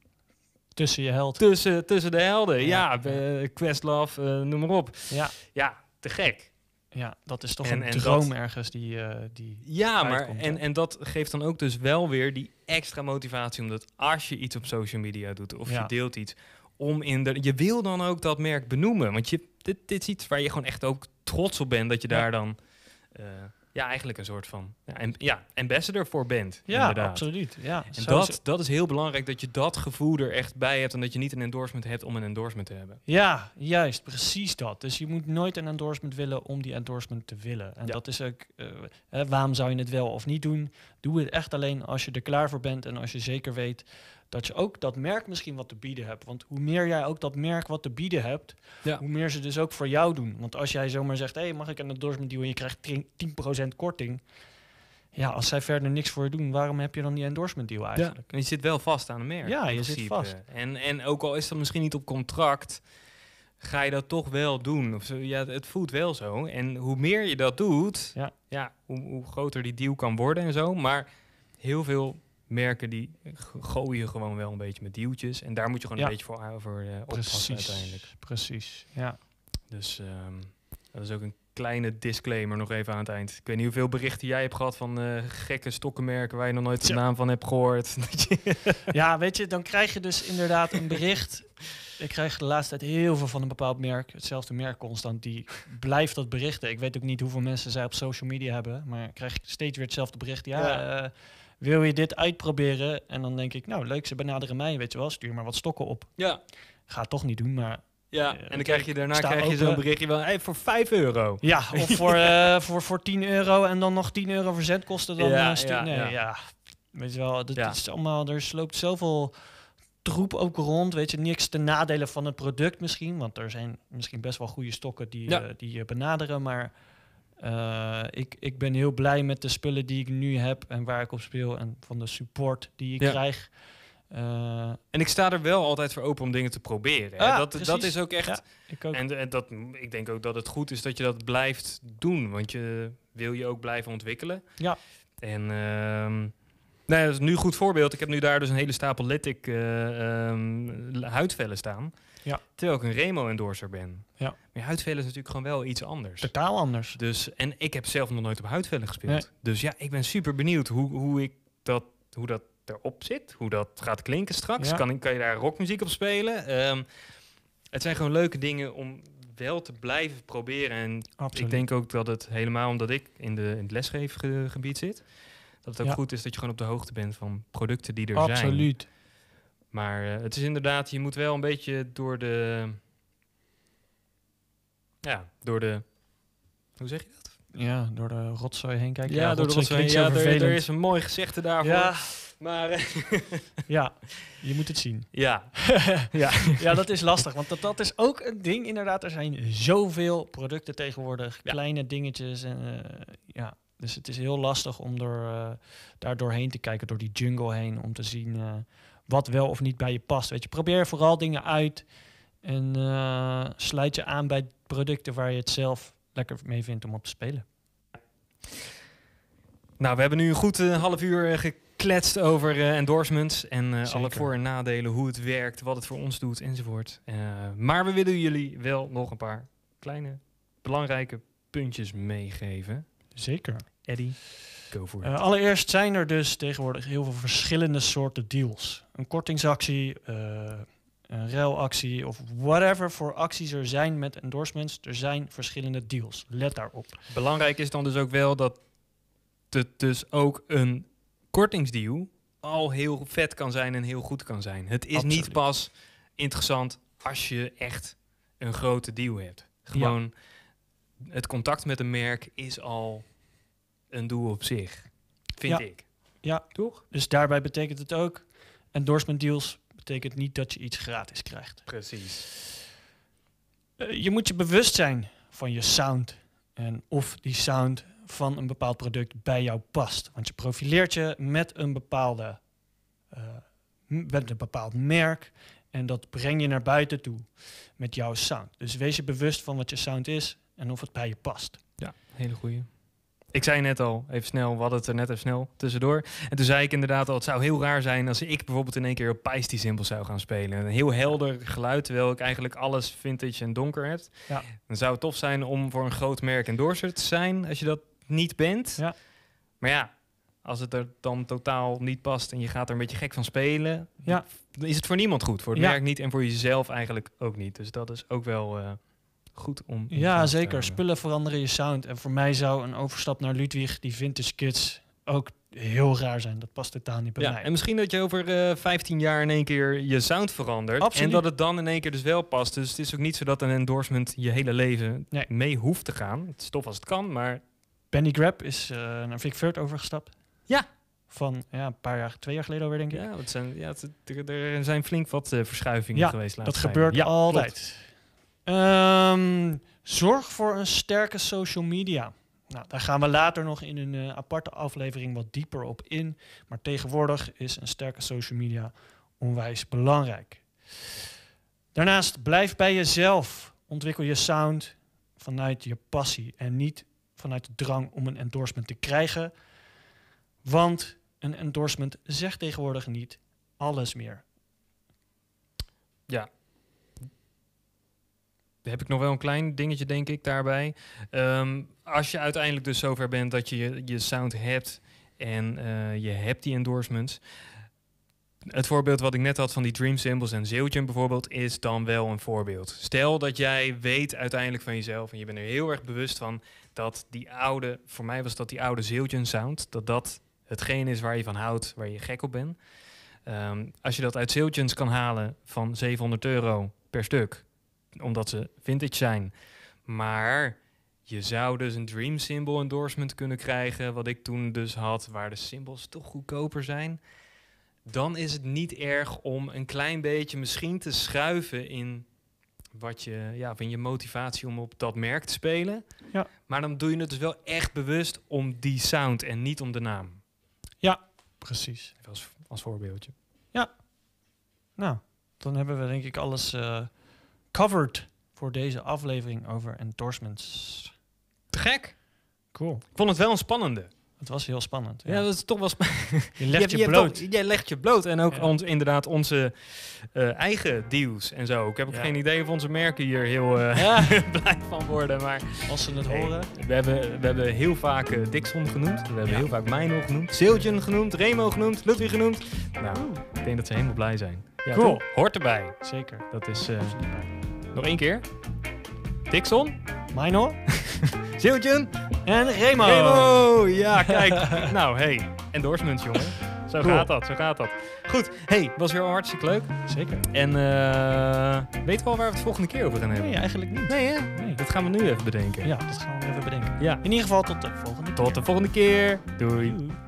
Tussen je held.
tussen, tussen de helden. Ja,
Ja.
ja uh, Questlove, uh, noem maar op.
Ja.
Ja, te gek.
Ja, dat is toch
En-
een
en
droom
dat-
ergens die... Uh, die
Ja, maar
uitkomt,
en,
hè?
en dat geeft dan ook dus wel weer die extra motivatie. Omdat als je iets op social media doet of
Ja.
je deelt iets, om in de, je wil dan ook dat merk benoemen. Want je, dit, dit is iets waar je gewoon echt ook trots op bent dat je
Ja.
daar dan uh, ja, eigenlijk een soort van ja, en, ja, ambassador voor bent.
Ja,
inderdaad.
absoluut. Ja,
En
zo
dat,
is-
dat is heel belangrijk, dat je dat gevoel er echt bij hebt en dat je niet een endorsement hebt om een endorsement te hebben.
Ja, juist, precies dat. Dus je moet nooit een endorsement willen om die endorsement te willen. En
Ja.
dat is ook, uh, hè, waarom zou je het wel of niet doen? Doe het echt alleen als je er klaar voor bent en als je zeker weet dat je ook dat merk misschien wat te bieden hebt. Want hoe meer jij ook dat merk wat te bieden hebt,
Ja.
hoe meer ze dus ook voor jou doen. Want als jij zomaar zegt, hé, hey, mag ik een endorsement deal en je krijgt tien procent korting. Ja, als zij verder niks voor je doen, waarom heb je dan die endorsement deal eigenlijk?
En je zit wel vast aan een merk.
Ja,
in
je zit
principe.
vast.
En, en ook al is dat misschien niet op contract, ga je dat toch wel doen. Of zo, ja, het voelt wel zo. En hoe meer je dat doet,
Ja.
ja, hoe, hoe groter die deal kan worden en zo. Maar heel veel merken die g- gooien gewoon wel een beetje met dealtjes. En daar moet je gewoon
Ja.
een beetje voor, voor uh, oppassen uiteindelijk.
Precies, ja.
Dus ehm, dat is ook een kleine disclaimer nog even aan het eind. Ik weet niet hoeveel berichten jij hebt gehad van uh, gekke stokkenmerken waar je nog nooit de
Tja.
naam van hebt gehoord. Dat je-
Ja, weet je, dan krijg je dus inderdaad een bericht. Ik krijg de laatste tijd heel veel van een bepaald merk, hetzelfde merk constant, die blijft dat berichten. Ik weet ook niet hoeveel mensen zij op social media hebben, maar ik krijg steeds weer hetzelfde bericht. Ja,
Ja.
eh, wil je dit uitproberen? En dan denk ik, nou leuk, ze benaderen mij, weet je wel, stuur maar wat stokken op.
ja.
Ga het toch niet doen, maar
Ja,
Eh,
en dan krijg je daarna
sta
krijg je
open.
zo'n berichtje van hey, voor vijf euro.
ja, of voor, eh, voor, voor tien euro en dan nog tien euro verzendkosten. Dan,
Ja,
eh, stu-
ja,
nee,
ja.
ja. Weet je wel, dit
Ja.
is allemaal, er sloopt zoveel troep ook rond. Weet je, niks ten nadele van het product misschien, want er zijn misschien best wel goede stokken die,
Ja.
eh, die je benaderen, maar eh, ik, ik ben heel blij met de spullen die ik nu heb en waar ik op speel en van de support die ik
Ja.
krijg. Eh,
En ik sta er wel altijd voor open om dingen te proberen. hè.
Ah,
dat, dat
precies.
is ook echt.
Ja, ik ook.
En, en dat, ik denk ook dat het goed is dat je dat blijft doen. Want je wil je ook blijven ontwikkelen.
Ja.
En ehm, nou ja, dat is nu een goed voorbeeld. Ik heb nu daar dus een hele stapel Litic eh, ehm, huidvellen staan.
Ja.
Terwijl ik een Remo-endorser ben.
Ja.
Maar huidvellen is natuurlijk gewoon wel iets anders.
Totaal anders.
Dus, en ik heb zelf nog nooit op huidvellen gespeeld.
Nee.
Dus ja, ik ben super benieuwd hoe, hoe, ik dat, hoe dat erop zit. Hoe dat gaat klinken straks.
Ja.
Kan, ik- kan je daar rockmuziek op spelen? Ehm, het zijn gewoon leuke dingen om wel te blijven proberen. En
Absoluut.
ik denk ook dat het helemaal omdat ik in, de, in het lesgeefgebied zit... dat het ook
Ja.
goed is dat je gewoon op de hoogte bent van producten die er zijn.
Absoluut.
Maar eh, het is inderdaad, je moet wel een beetje door de... Ja, door de... Hoe zeg je dat?
Ja, door de rotzooi heen kijken.
Ja, door de rotzooi.
klinkt zo
Ja, er,
vervelend.
er is een mooi gezegde daarvoor.
Ja,
Maar eh,
ja, je moet het zien.
ja. ja.
Ja, dat is lastig, want dat, dat is ook een ding. Inderdaad, er zijn zoveel producten tegenwoordig,
Ja.
kleine dingetjes. En, eh, ja, dus het is heel lastig om door, eh, daar doorheen te kijken, door die jungle heen, om te zien eh, wat wel of niet bij je past. Weet je, probeer vooral dingen uit en eh, sluit je aan bij producten waar je het zelf lekker mee vindt om op te spelen.
Nou, we hebben nu een goed eh, half uur eh, gekletst over eh, endorsements en eh, alle
Zeker.
voor- en nadelen, hoe het werkt, wat het voor ons doet enzovoort. Eh, maar we willen jullie wel nog een paar kleine, belangrijke puntjes meegeven.
Zeker.
Eddie, go for it.
Uh, allereerst zijn er dus tegenwoordig heel veel verschillende soorten deals. Een kortingsactie, uh, een ruilactie of whatever voor acties er zijn met endorsements. Er zijn verschillende deals. Let daarop.
Belangrijk is dan dus ook wel dat het dus ook een kortingsdeal al heel vet kan zijn en heel goed kan zijn. Het is
Absoluut.
niet pas interessant als je echt een grote deal hebt. Gewoon het contact met een merk is al een doel op zich, vind
Ja.
ik.
Ja,
Toch?
dus daarbij betekent het ook, endorsement deals betekent niet dat je iets gratis krijgt.
Precies.
Uh, je moet je bewust zijn van je sound. En of die sound van een bepaald product bij jou past. Want je profileert je met een bepaalde, uh, met een bepaald merk. En dat breng je naar buiten toe met jouw sound. Dus wees je bewust van wat je sound is en of het bij je past.
Ja, hele goeie. Ik zei net al, even snel, we hadden het er net even snel tussendoor. En toen zei ik inderdaad al, het zou heel raar zijn als ik bijvoorbeeld in één keer op Paiste Cymbals zou gaan spelen. Een heel helder geluid, terwijl ik eigenlijk alles vintage en donker heb.
Ja.
Dan zou het tof zijn om voor een groot merk endorser te zijn, als je dat niet bent.
Ja.
Maar ja, als het er dan totaal niet past en je gaat er een beetje gek van spelen,
ja.
dan is het voor niemand goed. Voor het
ja.
merk niet en voor jezelf eigenlijk ook niet. Dus dat is ook wel uh, goed om... om
ja, zeker. Spullen veranderen je sound. En voor mij zou een overstap naar Ludwig, die vintage kids, ook heel raar zijn. Dat past totaal niet bij
ja,
mij.
En misschien dat je over uh, vijftien jaar in één keer je sound verandert.
Absoluut.
En dat het dan in één keer dus wel past. Dus het is ook niet zo dat een endorsement je hele leven
nee.
mee hoeft te gaan. Het is tof als het kan, maar...
Benny Grab is uh, naar Vic Firth overgestapt.
Ja.
Van ja, een paar jaar, twee jaar geleden alweer, denk ik.
Ja, het zijn, ja het, er, er zijn flink wat uh, verschuivingen
ja,
geweest.
dat gebeurt ja, altijd. Um, zorg voor een sterke social media. Nou, daar gaan we later nog in een uh, aparte aflevering wat dieper op in. Maar tegenwoordig is een sterke social media onwijs belangrijk. Daarnaast blijf bij jezelf. Ontwikkel je sound vanuit je passie en niet vanuit de drang om een endorsement te krijgen. Want een endorsement zegt tegenwoordig niet alles meer.
Ja. Heb ik nog wel een klein dingetje, denk ik, daarbij. Um, als je uiteindelijk dus zover bent dat je je, je sound hebt en uh, je hebt die endorsements. Het voorbeeld wat ik net had van die Dream Cymbals en Zildjian bijvoorbeeld is dan wel een voorbeeld. Stel dat jij weet uiteindelijk van jezelf en je bent er heel erg bewust van dat die oude, voor mij was dat die oude Zildjian sound, dat dat hetgeen is waar je van houdt, waar je gek op bent. Um, als je dat uit Zildjians kan halen van zevenhonderd euro per stuk, omdat ze vintage zijn. Maar je zou dus een Dream Cymbal endorsement kunnen krijgen, wat ik toen dus had, waar de cymbals toch goedkoper zijn. Dan is het niet erg om een klein beetje misschien te schuiven in wat je, ja, in je motivatie om op dat merk te spelen.
Ja.
Maar dan doe je het dus wel echt bewust om die sound en niet om de naam.
Ja, precies.
Even als, als voorbeeldje.
Ja. Nou, dan hebben we denk ik alles uh, covered voor deze aflevering over endorsements.
Te gek.
Cool.
Ik vond het wel een spannende.
Het was heel spannend. Ja,
ja dat is toch wel spannend.
Je legt je,
je
bloot.
Toch, jij legt je bloot. En ook
ja.
ons, inderdaad onze uh, eigen deals en zo. Ik heb ook ja. geen idee of onze merken hier heel uh, ja. blij van worden. Maar
als ze het
hey,
horen.
We hebben, we hebben heel vaak uh, Dixon genoemd. We hebben
ja.
heel vaak Meinl genoemd. Zildjian genoemd. Remo genoemd. Ludwig genoemd. Nou, Oeh. ik denk dat ze helemaal blij zijn. Ja,
cool.
Toch? Hoort erbij.
Zeker.
Dat is uh, nog één keer. Dixon.
Meinl.
Zildjian.
En Remo.
Remo, ja, kijk. Nou, hey, endorsements, jongen. Zo
cool.
gaat dat, zo gaat dat. Goed, hey, was weer hartstikke leuk.
Zeker.
En uh, weet we al waar we het volgende keer over gaan hebben?
Nee, eigenlijk niet.
Nee, hè? Nee. Dat gaan we nu even bedenken.
Ja, dat gaan we even bedenken.
Ja.
In ieder geval tot de volgende keer.
Tot de volgende keer. Doei.
Doei.